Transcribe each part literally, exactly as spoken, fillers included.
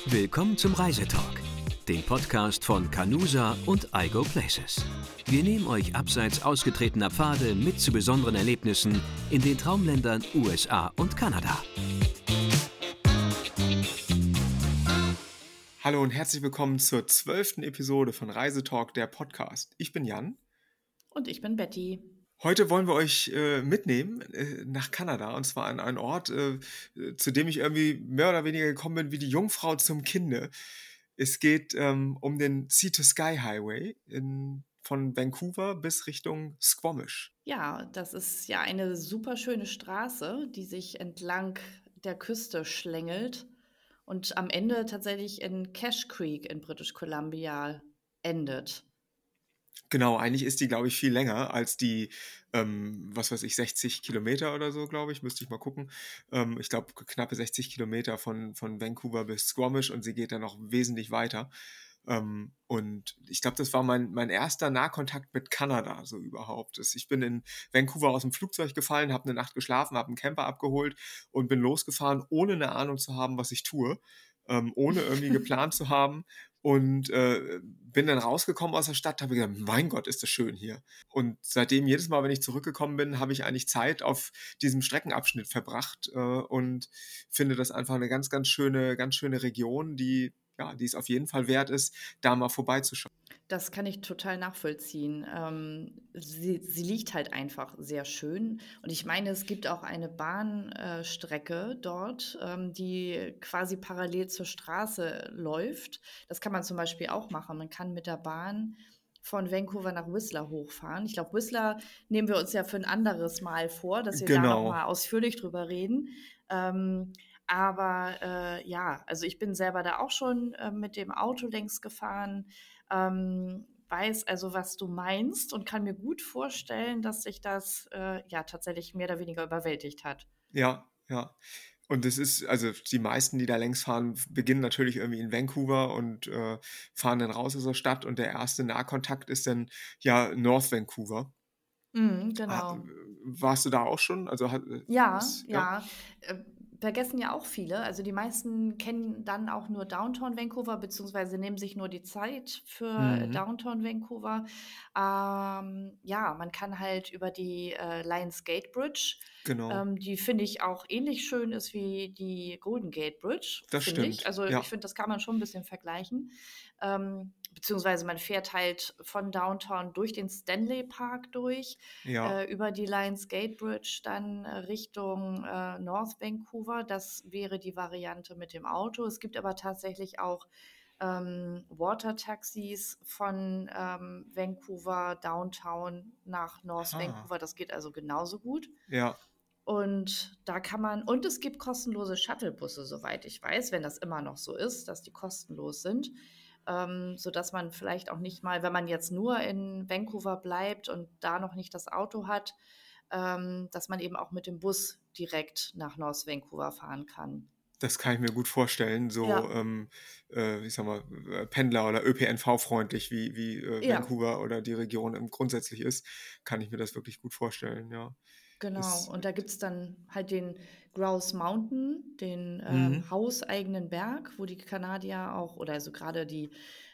Willkommen zum Reisetalk, dem Podcast von Canusa und I Go Places. Wir nehmen euch abseits ausgetretener Pfade mit zu besonderen Erlebnissen in den Traumländern U S A und Kanada. Hallo und herzlich willkommen zur zwölften Episode von Reisetalk, der Podcast. Ich bin Jan. Und ich bin Betty. Heute wollen wir euch äh, mitnehmen äh, nach Kanada, und zwar an einen Ort, äh, zu dem ich irgendwie mehr oder weniger gekommen bin wie die Jungfrau zum Kinde. Es geht ähm, um den Sea to Sky Highway in, von Vancouver bis Richtung Squamish. Ja, das ist ja eine super schöne Straße, die sich entlang der Küste schlängelt und am Ende tatsächlich in Cache Creek in British Columbia endet. Genau, eigentlich ist die, glaube ich, viel länger als die, ähm, was weiß ich, sechzig Kilometer oder so, glaube ich, müsste ich mal gucken. Ähm, ich glaube, knappe sechzig Kilometer von, von Vancouver bis Squamish, und sie geht dann noch wesentlich weiter. Ähm, und ich glaube, das war mein, mein erster Nahkontakt mit Kanada, so überhaupt. Das- Ich bin in Vancouver aus dem Flugzeug gefallen, habe eine Nacht geschlafen, habe einen Camper abgeholt und bin losgefahren, ohne eine Ahnung zu haben, was ich tue, ähm, ohne irgendwie geplant zu haben. Und äh, bin dann rausgekommen aus der Stadt, habe gedacht, mein Gott, ist das schön hier. Und seitdem, jedes Mal, wenn ich zurückgekommen bin, habe ich eigentlich Zeit auf diesem Streckenabschnitt verbracht äh, und finde das einfach eine ganz, ganz schöne, ganz schöne Region, die, ja, die es auf jeden Fall wert ist, da mal vorbeizuschauen. Das kann ich total nachvollziehen. Ähm, sie, sie liegt halt einfach sehr schön. Und ich meine, es gibt auch eine Bahnstrecke äh, Strecke dort, ähm, die quasi parallel zur Straße läuft. Das kann man zum Beispiel auch machen. Man kann mit der Bahn von Vancouver nach Whistler hochfahren. Ich glaube, Whistler nehmen wir uns ja für ein anderes Mal vor, dass wir da Genau. nochmal ausführlich drüber reden. Ähm, aber äh, ja, also ich bin selber da auch schon äh, mit dem Auto längs gefahren, ähm, weiß also, was du meinst und kann mir gut vorstellen, dass sich das äh, ja tatsächlich mehr oder weniger überwältigt hat. Ja, ja. Und es ist, also die meisten, die da längs fahren, beginnen natürlich irgendwie in Vancouver und äh, fahren dann raus aus der Stadt, und der erste Nahkontakt ist dann ja North Vancouver. Mhm, Ha- genau. Warst du da auch schon? Also hat, Ja, ist, ja, ja. Äh, vergessen ja auch viele. Also die meisten kennen dann auch nur Downtown Vancouver, beziehungsweise nehmen sich nur die Zeit für äh, mhm, Downtown Vancouver. Ähm, ja, man kann halt über die äh, Lions Gate Bridge, genau, ähm, die finde ich auch ähnlich schön ist wie die Golden Gate Bridge, das finde ich. stimmt. Also ich Ja, finde, das kann man schon ein bisschen vergleichen. Ähm, beziehungsweise man fährt halt von Downtown durch den Stanley Park durch, ja, äh, über die Lions Gate Bridge dann äh, Richtung äh, North Vancouver. Das wäre die Variante mit dem Auto. Es gibt aber tatsächlich auch ähm, Water-Taxis von ähm, Vancouver Downtown nach North aha, Vancouver. Das geht also genauso gut. ja, Und da kann man, und es gibt kostenlose Shuttlebusse, soweit ich weiß, wenn das immer noch so ist, dass die kostenlos sind, ähm, sodass man vielleicht auch nicht mal, wenn man jetzt nur in Vancouver bleibt und da noch nicht das Auto hat, ähm, dass man eben auch mit dem Bus direkt nach North Vancouver fahren kann. das kann ich mir gut vorstellen. So, Ja, ähm, äh, ich sag mal, äh, Pendler- oder Ö P N V-freundlich, wie, wie äh, ja, Vancouver oder die Region im grundsätzlich ist, kann ich mir das wirklich gut vorstellen, ja. genau. Das, Und da gibt es dann halt den Grouse Mountain, den ähm, mhm, hauseigenen Berg, wo die Kanadier auch, oder also gerade die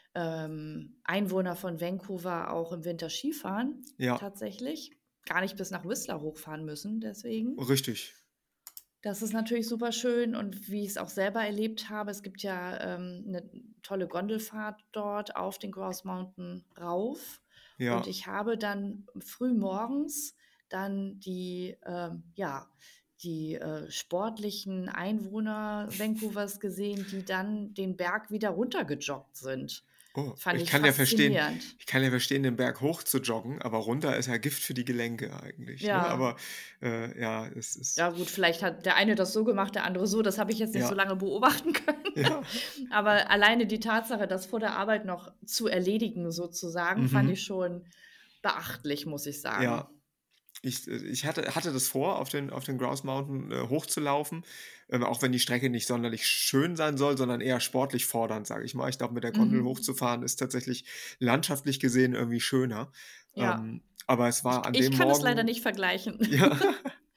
ähm, Einwohner von Vancouver auch im Winter Skifahren, ja, tatsächlich. Gar nicht bis nach Whistler hochfahren müssen, deswegen. richtig. Das ist natürlich super schön und wie ich es auch selber erlebt habe, es gibt ja ähm, 'ne tolle Gondelfahrt dort auf den Grouse Mountain rauf und Ja. ich habe dann früh morgens dann die, ähm, ja, die, äh, sportlichen Einwohner Vancouvers gesehen, die dann den Berg wieder runtergejoggt sind. Oh, Fand ich ich kann ja verstehen faszinierend. ich kann ja verstehen, den Berg hoch zu joggen, aber runter ist ja Gift für die Gelenke eigentlich, ne? Ja. Aber, äh, ja, es ist Ja gut, vielleicht hat der eine das so gemacht, der andere so. Das habe ich jetzt nicht so ja, lange beobachten können. ja, Aber alleine die Tatsache, das vor der Arbeit noch zu erledigen sozusagen, fand mhm, ich schon beachtlich, muss ich sagen. ja. Ich äh, ich hatte hatte das vor, auf den auf den Grouse Mountain, äh, hochzulaufen, ähm, auch wenn die Strecke nicht sonderlich schön sein soll, sondern eher sportlich fordernd, sage ich mal. Ich glaube, mit der Gondel Mhm. hochzufahren ist tatsächlich landschaftlich gesehen irgendwie schöner. Ja. Ähm, aber es Ich war an ich dem kann es leider Morgen nicht vergleichen. ja.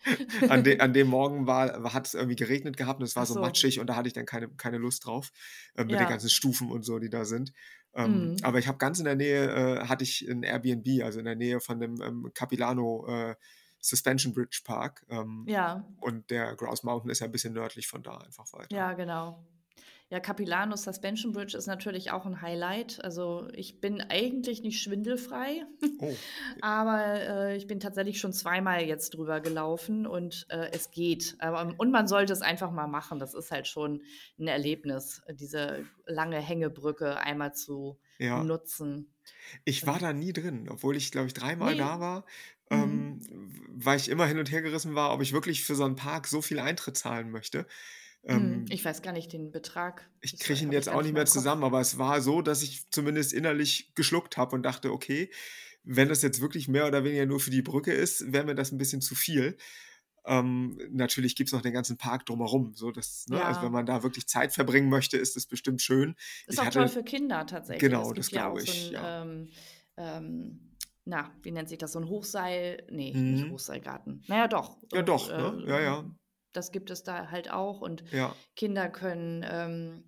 An de an dem Morgen war war hat es irgendwie geregnet gehabt und es war Ach so so. matschig und da hatte ich dann keine keine Lust drauf, äh, mit den Ja. ganzen Stufen und so, die da sind. Ähm, Mhm. aber ich habe ganz in der Nähe äh, hatte ich 'n Airbnb, also in der Nähe von dem, ähm, Capilano, äh, Suspension Bridge Park, ähm, Ja. und der Grouse Mountain ist ja 'n bisschen nördlich von da einfach weiter. Ja, genau. Ja, Capilano Suspension Bridge ist natürlich auch 'n Highlight. Also, ich bin eigentlich nicht schwindelfrei, Oh. aber, äh, ich bin tatsächlich schon zweimal jetzt drüber gelaufen und, äh, es geht. Aber und man sollte es einfach mal machen. Das ist halt schon 'n Erlebnis, äh, diese lange Hängebrücke einmal zu Ja. nutzen. Ich war Ähm da nie drin, obwohl ich, glaube ich, dreimal Ne? da war, ähm, Mhm. w weil ich immer hin und hergerissen war, ob ich wirklich für so 'n Park so viel Eintritt zahlen möchte. Mhm. Ähm Ich weiß gar nicht den Betrag. Ich Das kriege wei ihn habe ich jetzt gar auch nicht nicht mehr mehr im Kopf. zusammen, aber es war so, dass ich zumindest innerlich geschluckt habe und dachte: „Okay, wenn das jetzt wirklich mehr oder weniger nur für die Brücke ist, wäre mir das 'n bisschen zu viel.“ Ähm, natürlich gibt's noch den ganzen Park drumherum, so dass ne, also wenn Ja. man da wirklich Zeit verbringen möchte, ist es bestimmt schön. Ist Ich auch toll hatte für Kinder tatsächlich. genau, Es das gibt ja auch glaube so ich, 'n, ja. ähm ähm, na, wie nennt sich das? So 'n Hochseil ne, nicht Mhm. Hochseilgarten. Na ja, doch, Ja äh, doch, ne? Ja, äh, ja. das gibt es da halt auch und Ja. Kinder können, ähm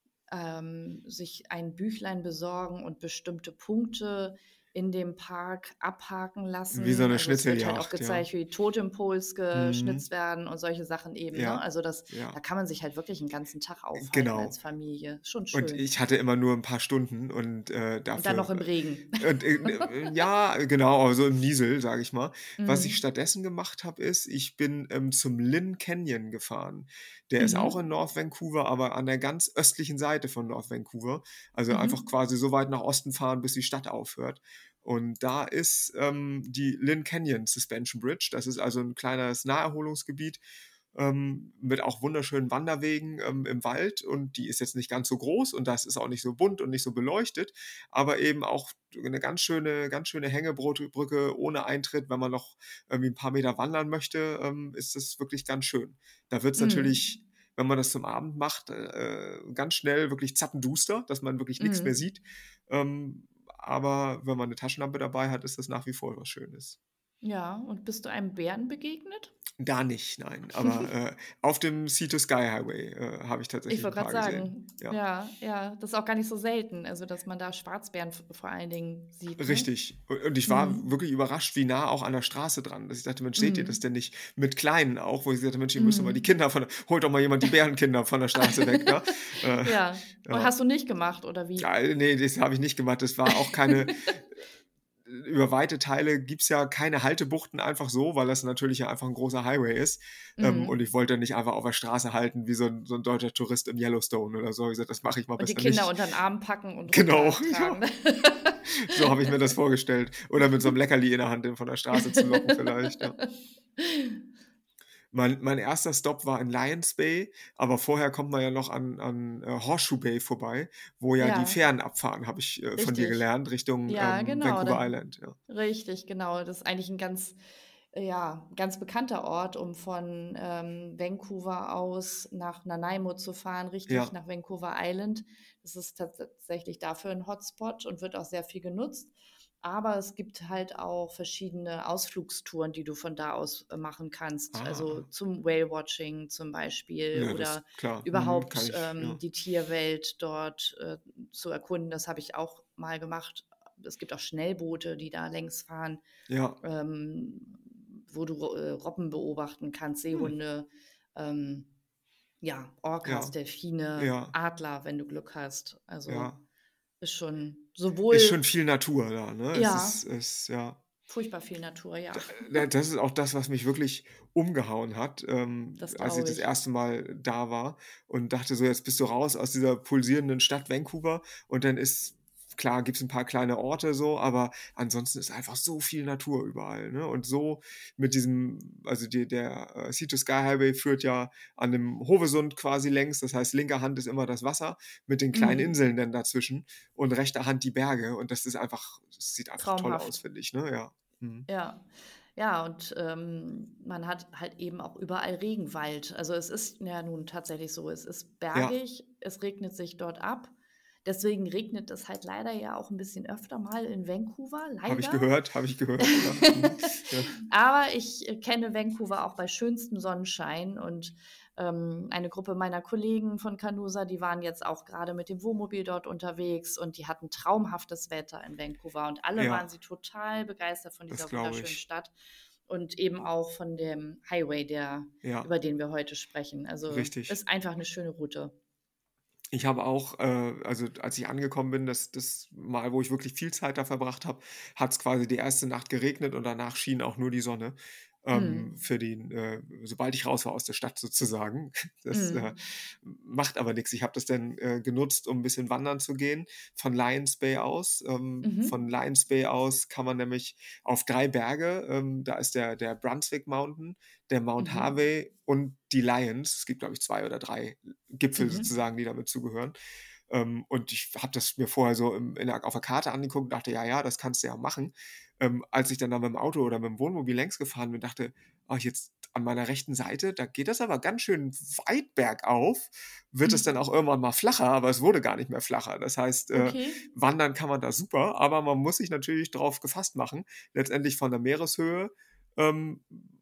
ähm, sich ein Büchlein besorgen und bestimmte Punkte in dem Park abhaken Wie so lassen. 'ne Also, es wird halt auch Schnitzeljagd, ja. gezeigt, wie Totem Poles Mhm. geschnitzt werden und solche Sachen eben, ne? Ja, Also, das da ja. kann man sich halt wirklich 'n ganzen Tag aufhalten als Genau. Familie. Schon Und schön. ich hatte immer nur 'n paar Stunden und, äh, Und dann noch dafür im Regen. äh, und, äh, n ja, genau, also im Niesel, sage ich mal. Was ich Mhm. stattdessen gemacht habe, ist, ich bin, ähm, zum Lynn Canyon gefahren. Der ist auch in Mhm. North Vancouver, aber an der ganz östlichen Seite von North Vancouver. Also einfach Mhm. quasi so weit nach Osten fahren, bis die Stadt aufhört. Und da ist, ähm, die Lynn Canyon Suspension Bridge. Das ist also 'n kleines Naherholungsgebiet, ähm, mit auch wunderschönen Wanderwegen, ähm, im Wald und die ist jetzt nicht ganz so groß und das ist auch nicht so bunt und nicht so beleuchtet, aber eben auch 'ne ganz schöne ganz schöne Hängebrote Brücke ohne Eintritt. Wenn man noch irgendwie 'n paar Meter wandern möchte, ähm, ist das wirklich ganz schön. Da wird's natürlich, Mhm. wenn man das zum Abend macht, äh, ganz schnell wirklich zappenduster, dass man wirklich nix mehr Mhm. sieht. Ähm, aber wenn man 'ne Taschenlampe dabei hat, ist das nach wie vor was Schönes. Ja, und bist du einem Bären begegnet? Da nicht, nein, aber, äh, auf dem Sea to Sky Highway, äh, habe ich Ich tatsächlich 'n wollte grad paar gesehen, sagen, ja. ja, ja, das ist auch gar nicht so selten, also, dass man da Schwarzbären v vor allen Dingen sieht, ne? Richtig. U und ich war Mhm. wirklich überrascht, wie nah auch an der Straße dran, dass ich dachte: „Mensch, seht ihr das Mhm. denn nicht?“ Mit Kleinen auch, wo ich gesagt habe: „Mensch, ihr müsst doch mal die Mhm. Kinder von der holt doch mal jemand die Bärenkinder von der Straße weg“, ne? Äh, Ja. Und ja. hast du nicht gemacht oder wie? Ja, ne, das habe ich nicht gemacht. Das war auch keine über weite Teile gibt's ja keine Haltebuchten einfach so, weil das natürlich ja einfach 'n großer Highway ist. Ähm, und Mhm. ich wollte nicht einfach auf der Straße halten wie so 'n so 'n deutscher Tourist im Yellowstone oder so. Habe ich gesagt: „Das mache ich mal Und die besser Kinder nicht.“ untern Arm packen und Genau, runtertragen. ja. So habe ich mir das vorgestellt. Oder mit so 'nem Leckerli in der Hand den von der Straße zu locken vielleicht, ja. Mein mein erster Stop war in Lions Bay, aber vorher kommt man ja noch an an, äh, Horseshoe Bay vorbei, wo ja die Ja. Fähren abfahren, habe ich, äh, von dir Richtig. gelernt, Richtung, Ja, ähm, genau, Vancouver da Island, ja. richtig, genau. Das ist eigentlich 'n ganz ja, ganz bekannter Ort, um von, ähm, Vancouver aus nach Nanaimo zu fahren, richtig Ja. nach Vancouver Island. Das ist tats tatsächlich dafür 'n Hotspot und wird auch sehr viel genutzt. Aber es gibt halt auch verschiedene Ausflugstouren, die du von da aus, äh, machen kannst. Also, Ah. zum Whale-Watching zum Beispiel Ja, oder das klar. Mhm, kann überhaupt, ich, ähm, ja. die Tierwelt dort, äh, zu erkunden. Das habe ich auch mal gemacht. Es gibt auch Schnellboote, die da längs fahren, Ja. ähm, wo du, äh, Robben beobachten kannst, Hm. Seehunde, ähm, ja, Orcas, Ja. Delfine, Ja. Adler, wenn du Glück hast. Also, Ja. ist schon Ist schon sowohl viel Natur da, ne? Es ist Ja. ist ja. Furchtbar viel Natur, ja. D äh, das ist auch das, was mich wirklich umgehauen hat, ähm, Das als ich glaube das ich. erste Mal da war und dachte so: „Jetzt bist du raus aus dieser pulsierenden Stadt Vancouver“ und dann ist klar, gibt's 'n paar kleine Orte so, aber ansonsten ist einfach so viel Natur überall, ne? Und so mit diesem also, die der, äh, Sea to Sky Highway führt ja an 'nem Howe-Sund quasi längs. Das heißt, linker Hand ist immer das Wasser mit den kleinen Mhm. Inseln dann dazwischen und rechter Hand die Berge und das ist einfach das sieht einfach toll aus, Traumhaft. finde ich, ne? Ja. Mhm. Ja. Ja, und, ähm, man hat halt eben auch überall Regenwald. Also, es ist ja nun tatsächlich so, es ist Ja. bergig, es regnet sich dort ab. Deswegen regnet es halt leider ja auch ein bisschen öfter mal in Vancouver, Habe ich leider. gehört, habe ich gehört, ja. Mhm. Ja. Aber ich, äh, kenne Vancouver auch bei schönstem Sonnenschein und, ähm, eine Gruppe meiner Kollegen von Canusa, die waren jetzt auch gerade mit dem Wohnmobil dort unterwegs und die hatten traumhaftes Wetter in Vancouver und alle Ja, waren sie total begeistert von das dieser glaube wunderschönen ich. Stadt und eben auch von dem Highway, der Ja, über den wir heute sprechen. Also, richtig. ist einfach eine schöne Route. Ich habe auch, äh, also als ich angekommen bin, das, das Mal, wo ich wirklich viel Zeit da verbracht habe, hat es quasi die erste Nacht geregnet und danach schien auch nur die Sonne. Ähm, Mhm. für den, äh, sobald ich raus war aus der Stadt sozusagen. Das äh, Mhm. macht aber nichts. Ich habe das dann äh, genutzt, um ein bisschen wandern zu gehen, von Lions Bay aus. Ähm, von Mhm. Lions Bay aus kann man nämlich auf drei Berge, ähm, da ist der, der Brunswick Mountain, der Mount Mhm. Harvey und die Lions. Es gibt, glaube ich, zwei oder drei Gipfel Mhm. sozusagen, die damit zugehören. Ähm, und ich habe das mir vorher so im, in der, auf der Karte angeguckt und dachte, ja, ja, das kannst du ja machen. Ähm, als ich dann da mit dem Auto oder mit dem Wohnmobil längs gefahren bin, dachte, oh, jetzt an meiner rechten Seite, da geht das aber ganz schön weit bergauf. Wird es dann auch Mhm. irgendwann mal flacher, aber es wurde gar nicht mehr flacher. Das heißt, äh, Okay. wandern kann man da super, aber man muss sich natürlich darauf gefasst machen, letztendlich von der Meereshöhe ähm,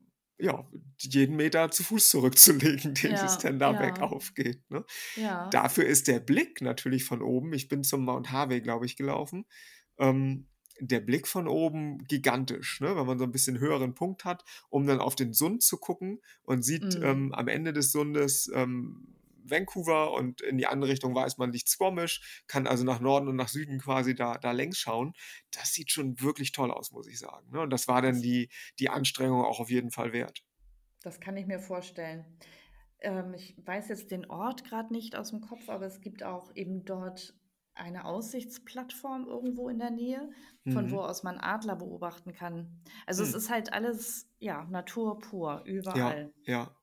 ja, jeden Meter zu Fuß zurückzulegen, den es Ja, denn da ja, bergauf geht. Ne? ja. Dafür ist der Blick natürlich von oben, ich bin zum Mount Harvey, glaube ich, gelaufen, ähm, der Blick von oben gigantisch, ne? Wenn man so ein bisschen höheren Punkt hat, um dann auf den Sund zu gucken und sieht ähm, Mhm. am Ende des Sundes ähm, Vancouver und in die andere Richtung weiß man liegt Squamish, kann also nach Norden und nach Süden quasi da, da längs schauen. Das sieht schon wirklich toll aus, muss ich sagen. Ne? Und das war dann Das die, die Anstrengung auch auf jeden Fall wert. das kann ich mir vorstellen. Ähm, ich weiß jetzt den Ort gerade nicht aus dem Kopf, aber es gibt auch eben dort eine Aussichtsplattform irgendwo in der Nähe, von wo Mhm. aus man Adler beobachten kann. Also, es Hm. ist halt alles, ja, Natur pur, Ja, überall. ja.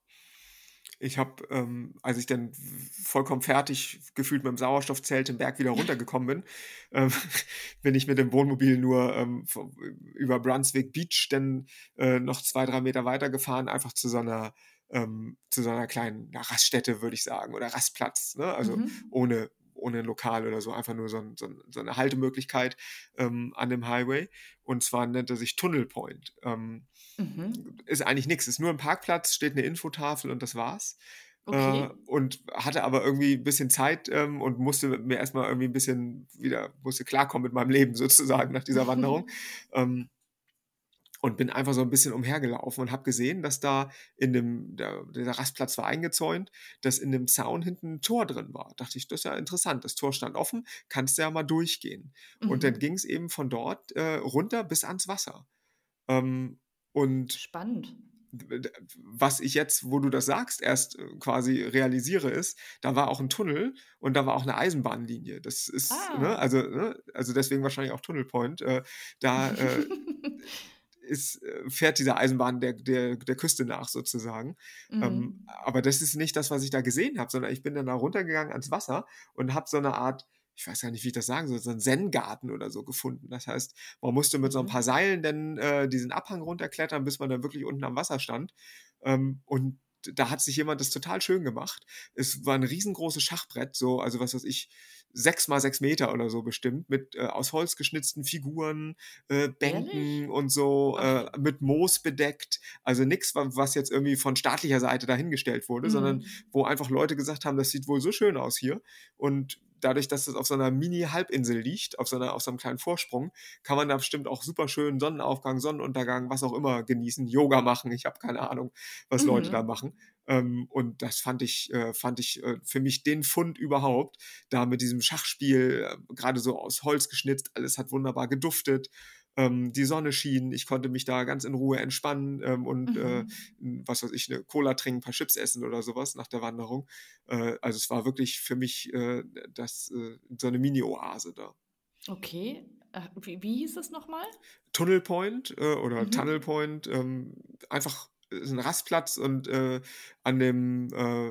Ich habe, ähm, als ich dann vollkommen fertig gefühlt mit dem Sauerstoffzelt den Berg wieder runtergekommen bin, ähm, bin ich mit dem Wohnmobil nur ähm, v- über Brunswick Beach dann äh, noch zwei, drei Meter weitergefahren, einfach zu so einer, ähm, zu so einer kleinen ja, Raststätte, würde ich sagen, oder Rastplatz, ne? Also Mhm. ohne, ohne ein Lokal oder so, einfach nur so, ein, so, ein, so eine Haltemöglichkeit ähm, an dem Highway. Und zwar nennt er sich Tunnel Point. Ähm, Mhm. ist eigentlich nichts, ist nur ein Parkplatz, steht eine Infotafel und das war's. Äh, Okay. und hatte aber irgendwie ein bisschen Zeit ähm, und musste mir erstmal irgendwie ein bisschen wieder, musste klarkommen mit meinem Leben sozusagen nach dieser Wanderung. Ähm, und bin einfach so ein bisschen umhergelaufen und habe gesehen, dass da in dem, der, der Rastplatz war eingezäunt, dass in dem Zaun hinten ein Tor drin war. Dachte ich, das ist ja interessant. Das Tor stand offen, kannst du ja mal durchgehen. Und dann ging Mhm. es eben von dort äh, runter bis ans Wasser. Ähm, und Spannend. was ich jetzt, wo du das sagst, erst äh, quasi realisiere, ist, da war auch ein Tunnel und da war auch eine Eisenbahnlinie. Das ist, ne, Ah. also, ne, also deswegen wahrscheinlich auch Tunnel Point. Äh, da äh, ist, äh, fährt diese Eisenbahn der, der, der Küste nach sozusagen. Ähm, Mhm. aber das ist nicht das, was ich da gesehen habe, sondern ich bin dann da runtergegangen ans Wasser und habe so eine Art, ich weiß gar nicht, wie ich das sagen soll, so einen Zen-Garten oder so gefunden. Das heißt, man musste mit so ein paar Mhm. Seilen dann äh, diesen Abhang runterklettern, bis man dann wirklich unten am Wasser stand. Ähm, und da hat sich jemand das total schön gemacht. Es war ein riesengroßes Schachbrett, so, also was weiß ich, sechs mal sechs Meter oder so bestimmt, mit äh, aus Holz geschnitzten Figuren, äh, Ehrlich? Bänken und so, Ach. äh, mit Moos bedeckt. Also nichts, was jetzt irgendwie von staatlicher Seite dahingestellt wurde, sondern Mhm. wo einfach Leute gesagt haben, das sieht wohl so schön aus hier. Und dadurch, dass es auf so einer Mini-Halbinsel liegt, auf so, einer, auf so einem kleinen Vorsprung, kann man da bestimmt auch super schön Sonnenaufgang, Sonnenuntergang, was auch immer genießen, Yoga machen. Ich habe keine Ahnung, was Leute da Mhm. machen. Ähm, und das fand ich, äh, fand ich äh, für mich den Fund überhaupt, da mit diesem Schachspiel, äh, gerade so aus Holz geschnitzt, alles hat wunderbar geduftet. Ähm, die Sonne schien, ich konnte mich da ganz in Ruhe entspannen ähm, und äh, Mhm. was weiß ich, eine Cola trinken, ein paar Chips essen oder sowas nach der Wanderung. Äh, also es war wirklich für mich äh, das, äh, so eine Mini-Oase da. Okay. Äh, wie wie hieß es noch mal? Tunnel Point äh, oder Tunnel Mhm. Point, ähm, einfach ist ein Rastplatz und äh, an dem äh,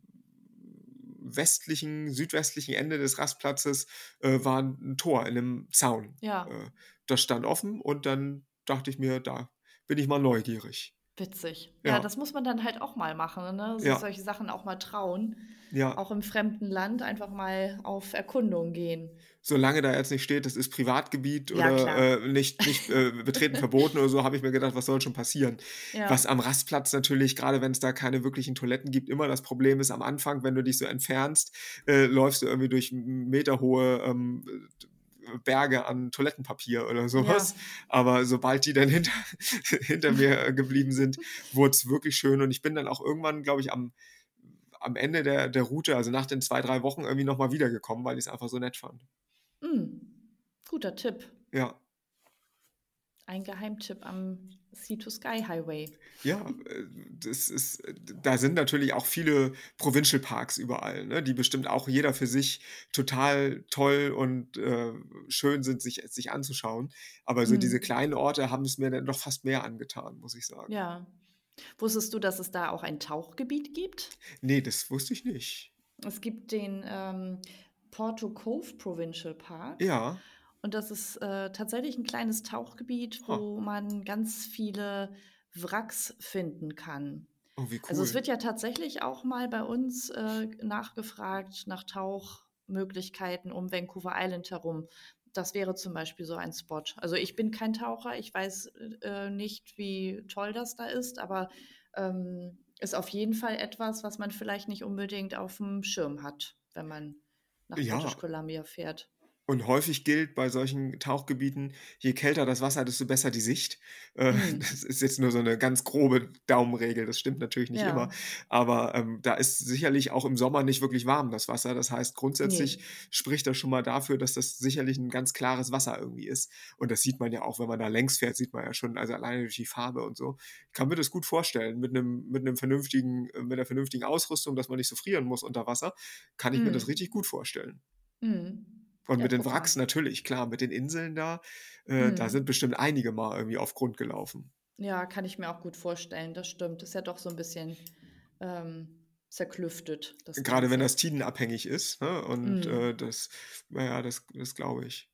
westlichen, südwestlichen Ende des Rastplatzes äh, war ein Tor in einem Zaun. Ja. Äh, das stand offen und dann dachte ich mir, da bin ich mal neugierig. Witzig. Ja, Ja, das muss man dann halt auch mal machen, ne? Sich ja, solche Sachen auch mal trauen. ja. Auch im fremden Land einfach mal auf Erkundung gehen. Solange da jetzt nicht steht, das ist Privatgebiet Ja, klar. oder, äh, nicht nicht, äh, betreten verboten oder so, habe ich mir gedacht: „Was soll schon passieren?“ Was Ja, am Rastplatz natürlich, grade wenn's da keine wirklichen Toiletten gibt, immer das Problem ist am Anfang, wenn du dich so entfernst, äh, läufst du irgendwie durch m meterhohe, ähm, äh, Berge an Toilettenpapier oder so was. ja. Aber sobald die dann hinter hinter mir, äh, geblieben sind, wurd's wirklich schön und ich bin dann auch irgendwann, glaube ich, am am Ende der der Route, also nach den zwei drei Wochen irgendwie noch mal wiedergekommen, weil ich's einfach so nett fand. Hm, guter Tipp. Ja. Ein Geheimtipp am Sea to Sky Highway. Ja, äh, das ist äh, da sind natürlich auch viele Provincial Parks überall, ne, die bestimmt auch jeder für sich total toll und, äh, schön sind, sich sich anzuschauen. Aber so diese Mhm. kleinen Orte haben es mir dann doch fast mehr angetan, muss ich sagen. Ja. Wusstest du, dass es da auch ein Tauchgebiet gibt? Ne, das wusste ich nicht. Es gibt den, ähm, Porto Cove Provincial Park Ja, und das ist, äh, tatsächlich ein kleines Tauchgebiet, ha. wo man ganz viele Wracks finden kann. Oh, wie Also, es cool. wird ja tatsächlich auch mal bei uns, äh, nachgefragt nach Tauchmöglichkeiten um Vancouver Island herum. Das wäre zum Beispiel so ein Spot. Also, ich bin kein Taucher, ich weiß, äh, nicht, wie toll das da ist, aber, ähm, ist auf jeden Fall etwas, was man vielleicht nicht unbedingt auf dem Schirm hat, wenn man nach British Ja. Columbia fährt. Und häufig gilt bei solchen Tauchgebieten, je kälter das Wasser, desto besser die Sicht. Äh, Mhm. das ist jetzt nur so eine ganz grobe Daumenregel, das stimmt natürlich nicht immer, Ja. aber, ähm, da ist sicherlich auch im Sommer nicht wirklich warm, das Wasser. Das heißt, grundsätzlich Ne. spricht das schon mal dafür, dass das sicherlich ein ganz klares Wasser irgendwie ist. Und das sieht man ja auch, wenn man da längs fährt, sieht man ja schon, also alleine durch die Farbe und so. Ich kann mir das gut vorstellen, mit einem mit einem vernünftigen äh, mit 'ner vernünftigen Ausrüstung, dass man nicht so frieren muss unter Wasser, kann ich mir das richtig Mhm. gut vorstellen. Mhm. Und Ja, mit den guck mal. Wracks natürlich, klar, mit den Inseln da, äh, da sind Mhm. bestimmt einige mal irgendwie auf Grund gelaufen. Ja, kann ich mir auch gut vorstellen, das stimmt. Ist ja doch so 'n bisschen, ähm, zerklüftet, das Grade wenn Ganze. das tidenabhängig ist, ne? Und, äh, Mhm. das na ja, das das glaube ich.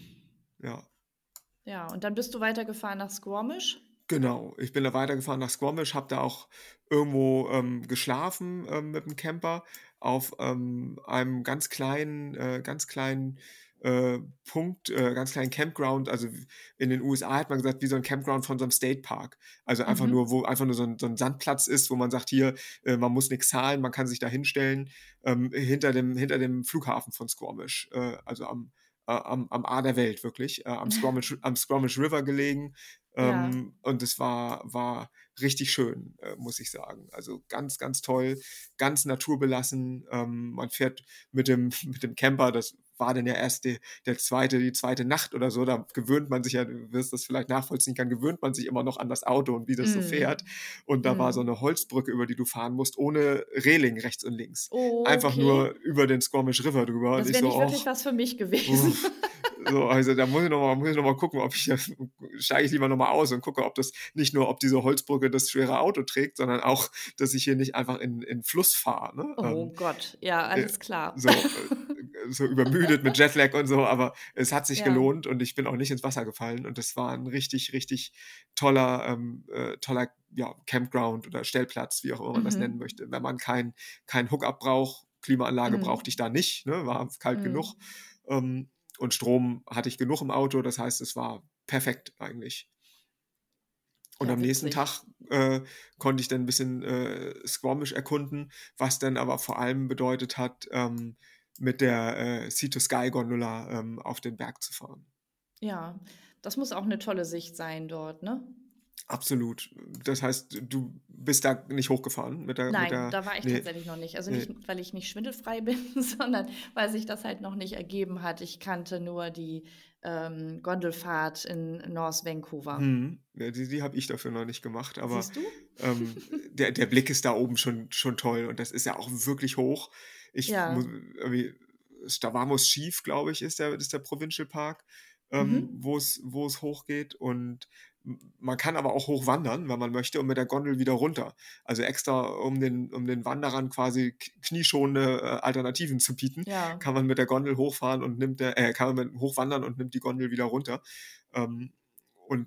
Ja. Ja, und dann bist du weitergefahren nach Squamish? Genau, ich bin da weitergefahren nach Squamish, habe da auch irgendwo, ähm, geschlafen, ähm, mit dem Camper auf, ähm, einem ganz kleinen äh, ganz kleinen, äh, Punkt äh, ganz kleinen Campground. Also, w in den U S A hat man gesagt, wie so ein Campground von so einem State Park. Also, einfach nur Mhm. wo einfach nur so ein so 'n Sandplatz ist, wo man sagt: „Hier, äh, man muss nichts zahlen, man kann sich da hinstellen“, ähm, hinter dem hinter dem Flughafen von Squamish, äh, also am äh, am am A der Welt wirklich, äh, am Squamish am Squamish River gelegen. Ja. Ähm, und es war war richtig schön, äh, muss ich sagen. Also, ganz, ganz toll, ganz naturbelassen. Ähm, man fährt mit dem mit dem Camper, das war dann ja erst de der zweite die zweite Nacht oder so, da gewöhnt man sich ja, du wirst das vielleicht nachvollziehen können, gewöhnt man sich immer noch an das Auto und wie das so fährt. Mhm. Und da war so Mhm. 'ne Holzbrücke, über die du fahren musst, ohne Reling rechts und links. Einfach nur Okay. über den Squamish River drüber und Das ich wäre so: nicht wirklich „Och, was für mich gewesen. uff.“ So, also, da muss ich noch mal muss ich noch mal gucken, ob ich das steige ich lieber noch mal aus und gucke, ob das nicht nur ob diese Holzbrücke das schwere Auto trägt, sondern auch, dass ich hier nicht einfach in in Fluss fahre, ne? Ähm, Oh Gott, ja, äh, alles klar. so, äh, so übermüdet mit Jetlag und so, aber es hat sich Ja. gelohnt und ich bin auch nicht ins Wasser gefallen und das war 'n richtig, richtig toller, ähm, äh, toller, ja, Campground oder Stellplatz, wie auch immer man das nennen Mhm. möchte. Wenn man kein kein Hookup braucht, Klimaanlage brauchte ich Mhm. da nicht, ne, war kalt genug. Mhm. Ähm, und Strom hatte ich genug im Auto, das heißt, es war perfekt eigentlich. Und Ja, am nächsten witzig. Tag, äh, konnte ich dann 'n bisschen, äh, Squamish erkunden, was dann aber vor allem bedeutet hat, ähm, mit der, äh, Sea-to-Sky-Gondola, ähm, auf den Berg zu fahren. Ja, das muss auch 'ne tolle Sicht sein dort, ne? Absolut. Das heißt, du bist da nicht hochgefahren mit der mit Nein, der da war ich ne, tatsächlich noch nicht. Also, ne. nicht, weil ich nicht schwindelfrei bin, sondern weil sich das halt noch nicht ergeben hat. Ich kannte nur die, ähm, Gondelfahrt in North Vancouver. Mhm. Ja, die die habe ich dafür noch nicht gemacht, aber, Siehst du? ähm, der der Blick ist da oben schon schon toll und das ist ja auch wirklich hoch. Ich mu Ja. irgendwie Stavamos Chief, glaube ich, ist der ist der Provincial Park, ähm, Mhm. wo es wo es hochgeht und m man kann aber auch hochwandern, wenn man möchte und mit der Gondel wieder runter. Also, extra, um den um den Wanderern quasi k knieschonende, äh, Alternativen zu bieten, Ja. kann man mit der Gondel hochfahren und nimmt der äh, kann man mit hochwandern und nimmt die Gondel wieder runter. Ähm, und ich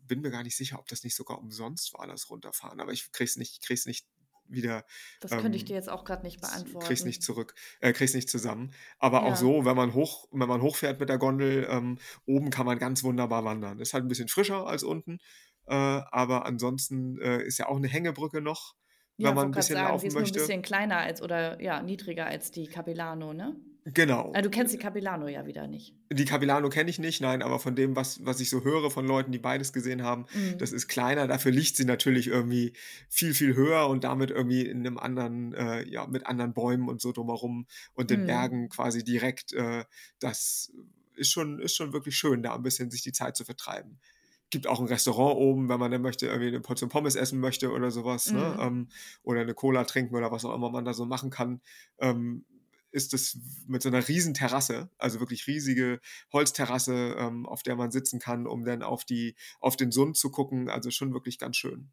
bin mir gar nicht sicher, ob das nicht sogar umsonst war, das Runterfahren, aber ich kriege es nicht kriege es nicht wieder, Das könnte ich dir ähm, jetzt auch gerade nicht z kriege es nicht beantworten. zurück äh, kriege es nicht zusammen. Aber auch Ja. so, wenn man hoch wenn man hochfährt mit der Gondel, ähm, oben kann man ganz wunderbar wandern. Ist halt 'n bisschen frischer als unten, äh, aber ansonsten, äh, ist ja auch 'ne Hängebrücke noch, wenn Ja, man wollte 'n grad bisschen sagen, die laufen ist nur 'n möchte. bisschen kleiner als oder ja, niedriger als die Capilano, ne? Ah, Genau. du kennst die Capilano ja wieder nicht. Die Capilano kenne ich nicht, nein, aber von dem, was was ich so höre von Leuten, die beides gesehen haben, das Mhm. ist kleiner. Dafür liegt sie natürlich irgendwie viel, viel höher und damit irgendwie in 'nem anderen äh, ja, mit anderen Bäumen und so drumherum und den Bergen Mhm. quasi direkt. Äh, das ist schon ist schon wirklich schön, da 'n bisschen sich die Zeit zu vertreiben. Gibt auch 'n Restaurant oben, wenn man dann möchte, irgendwie 'ne Portion Pommes essen möchte oder so was, ne? Mhm. Ähm, oder 'ne Cola trinken oder was auch immer man da so machen kann. Ähm, ist das w mit so 'ner Riesenterrasse, also wirklich riesige Holzterrasse, ähm, auf der man sitzen kann, um dann auf die auf den Sund zu gucken. Also schon wirklich ganz schön.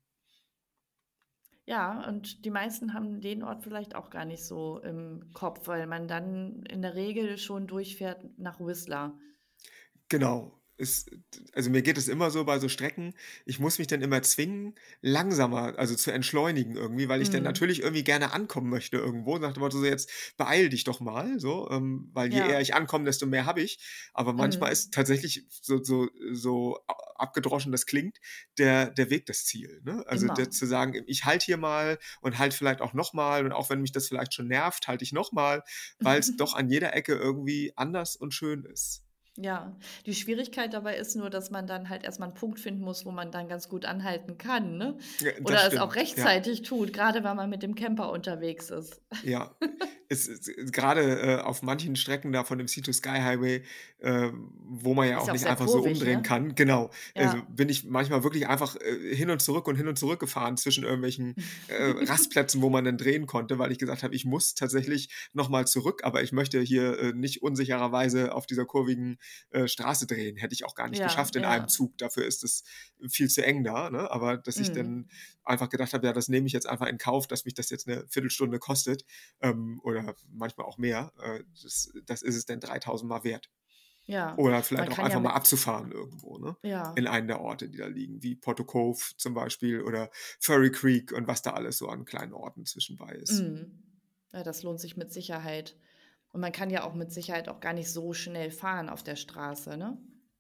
Ja, und die meisten haben den Ort vielleicht auch gar nicht so im Kopf, weil man dann in der Regel schon durchfährt nach Whistler. Genau. Es d also, mir geht es immer so bei so Strecken, ich muss mich dann immer zwingen, langsamer, also, zu entschleunigen irgendwie, weil ich dann Mhm. natürlich irgendwie gerne ankommen möchte irgendwo, nach dem Motto so: „Jetzt beeile dich doch mal“, so, ähm, weil je eher Ja. ich ankomme, desto mehr habe ich. Aber manchmal Mhm. ist tatsächlich so so so a abgedroschen das klingt, der der Weg das Ziel, ne? Also, der Immer. zu sagen: „Ich halte hier mal und halte vielleicht auch noch mal und auch wenn mich das vielleicht schon nervt, halte ich noch mal“, weil's doch an jeder Ecke irgendwie anders und schön ist. Ja, die Schwierigkeit dabei ist nur, dass man dann halt erst mal 'n Punkt finden muss, wo man dann ganz gut anhalten kann, ne? Ja, das Oder es auch stimmt, ja. rechtzeitig tut, grade wenn man mit dem Camper unterwegs ist. Ja, es ist grade, äh, auf manchen Strecken da von dem Sea-to-Sky-Highway, ähm, wo man ja Ist auch ja auch nicht sehr einfach so kurvig, umdrehen ne? kann genau. Also, Ja. bin ich manchmal wirklich einfach, äh, hin und zurück und hin und zurück gefahren zwischen irgendwelchen, äh, Rastplätzen, wo man dann drehen konnte, weil ich gesagt habe: „Ich muss tatsächlich noch mal zurück, aber ich möchte hier, äh, nicht unsichererweise auf dieser kurvigen, äh, Straße drehen.“ Hätte ich auch gar nicht Ja, geschafft in einem ja. Zug, dafür ist es viel zu eng da, ne? Aber dass ich dann Mhm. einfach gedacht habe: „Ja, das nehme ich jetzt einfach in Kauf, dass mich das jetzt 'ne Viertelstunde kostet“, ähm, oder manchmal auch mehr. Äh, das das ist es dann dreitausend Mal wert. Ja, Oder man vielleicht auch kann ja einfach mal mit abzufahren irgendwo, ne? Ja. In einen der Orte, die da liegen, wie Porto Cove zum Beispiel oder Furry Creek und was da alles so an kleinen Orten zwischen bei ist. Mhm. Ja, das lohnt sich mit Sicherheit. Und man kann ja auch mit Sicherheit auch gar nicht so schnell fahren auf der Straße, ne?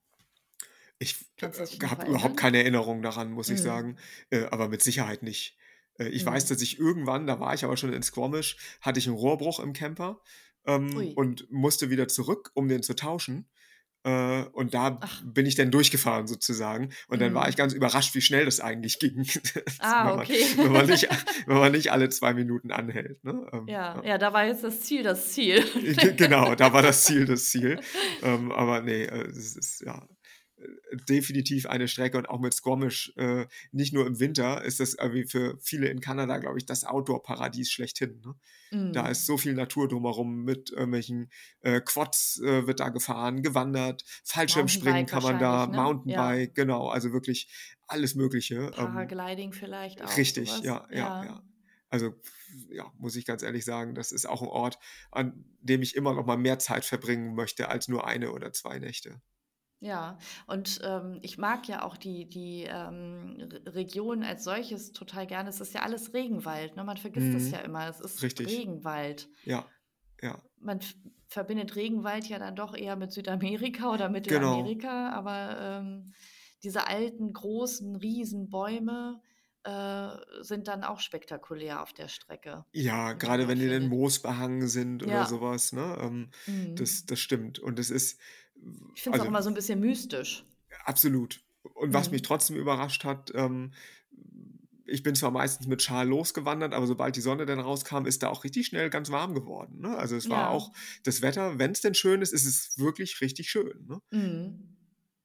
Ich f Kannst du dich äh, noch habe überhaupt erinnern? keine Erinnerung daran, muss ich sagen, Mhm. äh, aber mit Sicherheit nicht. Äh, ich weiß, Mhm. dass ich irgendwann, da war ich aber schon in Squamish, hatte ich 'n Rohrbruch im Camper, ähm, Ui. und musste wieder zurück, um den zu tauschen. Äh, und da b Ach. bin ich dann durchgefahren sozusagen. Und dann war ich Mhm. ganz überrascht, wie schnell das eigentlich ging, Ah, wenn man okay. wenn man nicht wenn man nicht alle zwei Minuten anhält, ne? Ähm, Ja, ja. ja, da war jetzt das Ziel das Ziel. Äh, ge genau, da war das Ziel das Ziel. Ähm, aber ne, äh, es ist ja, äh, definitiv eine Strecke und auch mit Squamish, äh, nicht nur im Winter ist das irgendwie für viele in Kanada, glaube ich, das Outdoor-Paradies schlechthin, ne? Da ist Mhm. so viel Natur drumherum mit irgendwelchen, äh, Quads, äh, wird da gefahren, gewandert, Fallschirmspringen Mountainbike kann man da, wahrscheinlich, ne? Ja. Mountainbike, genau, also wirklich alles Mögliche. Ähm, Paragliding vielleicht auch, so richtig, was? ja, ja, Ja. ja. Also, ja, muss ich ganz ehrlich sagen, das ist auch 'n Ort, an dem ich immer noch mal mehr Zeit verbringen möchte als nur eine oder zwei Nächte. Ja, und, ähm, ich mag ja auch die die, ähm, Re Region als solches total gerne. Es ist ja alles Regenwald, ne? Man vergisst das ja Mhm. immer. Es ist Richtig. Regenwald. Ja, ja. Man v verbindet Regenwald ja dann doch eher mit Südamerika oder Genau. Mittelamerika, aber, ähm, diese alten, großen Riesenbäume, äh, sind dann auch spektakulär auf der Strecke, Ja, die man grade dort wenn die dann findet. moosbehangen sind oder so Ja. was, ne? Ähm, das Mhm. das stimmt. Und es ist w Ich finde es auch also immer so 'n bisschen mystisch. Absolut. Und was mich Mhm. trotzdem überrascht hat, ähm, ich bin zwar meistens mit Schal losgewandert, aber sobald die Sonne dann rauskam, ist da auch richtig schnell ganz warm geworden, ne? Also, es war Ja. auch das Wetter, wenn's denn schön ist, ist es wirklich richtig schön, ne? Mhm.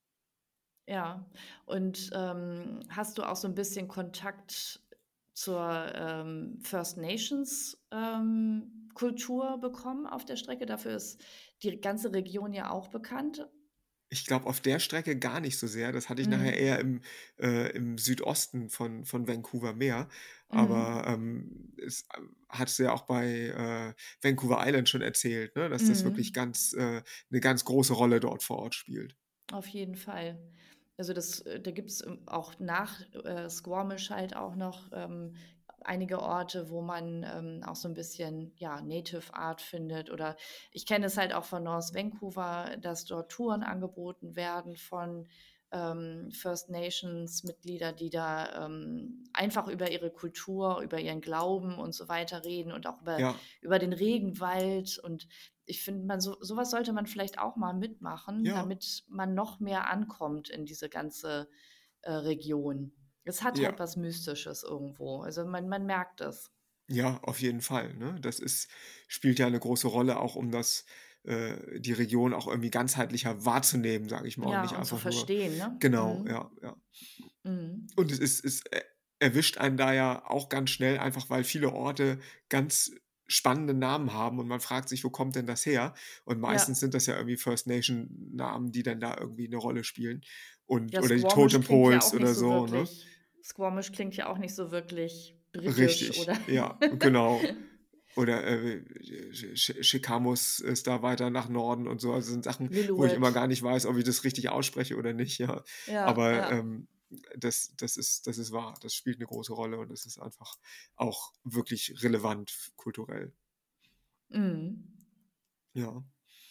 Ja. Und, ähm, hast du auch so 'n bisschen Kontakt zur, ähm, First Nations, ähm, Kultur bekommen auf der Strecke? Dafür ist die ganze Region ja auch bekannt. Ich glaube, auf der Strecke gar nicht so sehr. Das hatte ich nachher Mhm. eher im äh, im Südosten von von Vancouver mehr. Aber, Mhm. ähm, es, äh, hattest du ja auch bei, äh, Vancouver Island schon erzählt, ne, dass das wirklich Mhm. ganz äh, 'ne ganz große Rolle dort vor Ort spielt. Auf jeden Fall. Also das, äh, da gibt es auch nach äh, Squamish halt auch noch ähm, einige Orte, wo man ähm, auch so ein bisschen ja, Native Art findet. Oder ich kenne es halt auch von North Vancouver, dass dort Touren angeboten werden von ähm, First Nations Mitglieder, die da ähm, einfach über ihre Kultur, über ihren Glauben und so weiter reden und auch über, Ja, über den Regenwald. Und ich finde, man so, sowas sollte man vielleicht auch mal mitmachen, ja, damit man noch mehr ankommt in diese ganze äh, Region. Es hat ja. halt was Mystisches irgendwo. Also man, man merkt es. Ja, auf jeden Fall, ne? Das ist spielt ja eine große Rolle, auch um das äh, die Region auch irgendwie ganzheitlicher wahrzunehmen, sage ich mal, und Ja, nicht und zu einfach nur verstehen, ne? genau, Mhm. ja, ja. Mhm. Und es ist es er erwischt einen da ja auch ganz schnell, einfach weil viele Orte ganz spannende Namen haben und man fragt sich: „Wo kommt denn das her?“ Und meistens Ja. sind das ja irgendwie First Nation Namen, die dann da irgendwie eine Rolle spielen und Ja, oder die Squamish Totem klingt ja Poles auch nicht oder so so, ne? wirklich Squamish klingt ja auch nicht so wirklich britisch, Richtig, oder? ja, genau. Oder, äh, Ch Ch Chicamus ist da weiter nach Norden und so. Also, sind Sachen, wo ich immer Lillooet. gar nicht weiß, ob ich das richtig ausspreche oder nicht, ja. Ja, Aber, ja. ähm, das das ist das ist wahr. Das spielt eine große Rolle und das ist einfach auch wirklich relevant f kulturell. Mhm. Ja.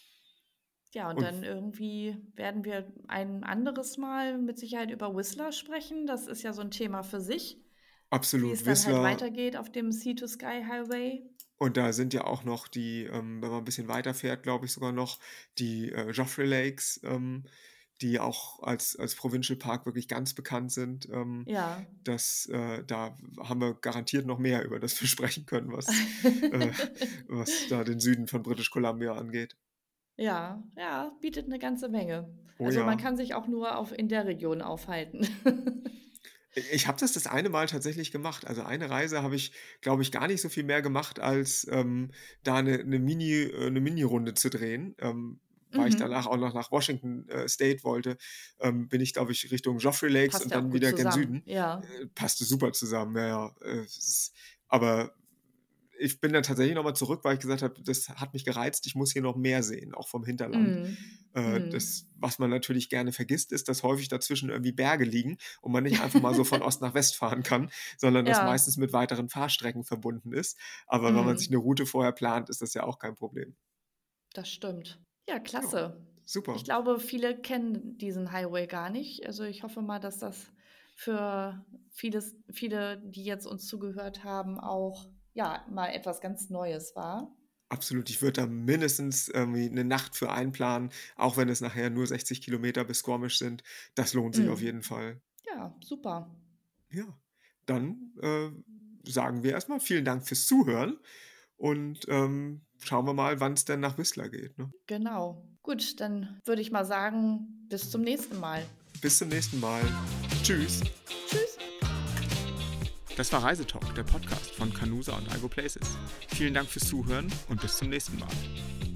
Ja, und Und dann irgendwie werden wir ein anderes Mal mit Sicherheit über Whistler sprechen. Das ist ja so ein Thema für sich, wie es absolut, dann halt Whistler weitergeht auf dem Sea-to-Sky-Highway. und da sind ja auch noch die, ähm, wenn man ein bisschen weiterfährt, glaube ich sogar noch die, äh, Joffre Lakes, ähm, die auch als als Provincial Park wirklich ganz bekannt sind. Ähm, Ja. das, äh da haben wir garantiert noch mehr, über das wir sprechen können, was, äh was da den Süden von British Columbia angeht. Ja, ja, bietet eine ganze Menge. Oh Also, man ja. kann sich auch nur auf in der Region aufhalten. Ich habe das das eine Mal tatsächlich gemacht. Also, eine Reise habe ich, glaube ich, gar nicht so viel mehr gemacht, als, ähm, da eine 'ne Mini äh, 'ne Minirunde zu drehen. Ähm, weil ich danach Mhm. auch noch nach Washington, äh, State wollte, ähm, bin ich, glaube ich, Richtung Joffre Lakes Passt und ja auch dann gut wieder gen zusammen. Süden. Ja. Äh, passte super zusammen, ja, ja. Äh, es ist aber ich bin dann tatsächlich noch mal zurück, weil ich gesagt habe, das hat mich gereizt, ich muss hier noch mehr sehen, auch vom Hinterland. Mhm. Äh, Mhm. das, was man natürlich gerne vergisst, ist, dass häufig dazwischen irgendwie Berge liegen und man nicht einfach mal so von Ost nach West fahren kann, sondern das Ja. meistens mit weiteren Fahrstrecken verbunden ist. Aber wenn man sich eine Mhm. Route vorher plant, ist das ja auch kein Problem. Das stimmt. Ja, Ja, klasse. Ich super. glaube, viele kennen diesen Highway gar nicht. Also, ich hoffe mal, dass das für vieles viele, die jetzt uns zugehört haben, auch, ja, mal etwas ganz Neues war. Absolut. Ich würde da mindestens irgendwie eine Nacht für einplanen, auch wenn es nachher nur sechzig Kilometer bis Squamish sind. Das lohnt sich auf jeden Mhm. Fall. Ja, super. Ja, dann, äh, sagen wir erstmal vielen Dank fürs Zuhören und, ähm, schauen wir mal, wann es denn nach Whistler geht, ne? Genau. Gut, dann würde ich mal sagen, bis zum nächsten Mal. Bis zum nächsten Mal. Tschüss. Tschüss. Das war Reisetalk, der Podcast von Canusa und Igo Places. Vielen Dank fürs Zuhören und bis zum nächsten Mal.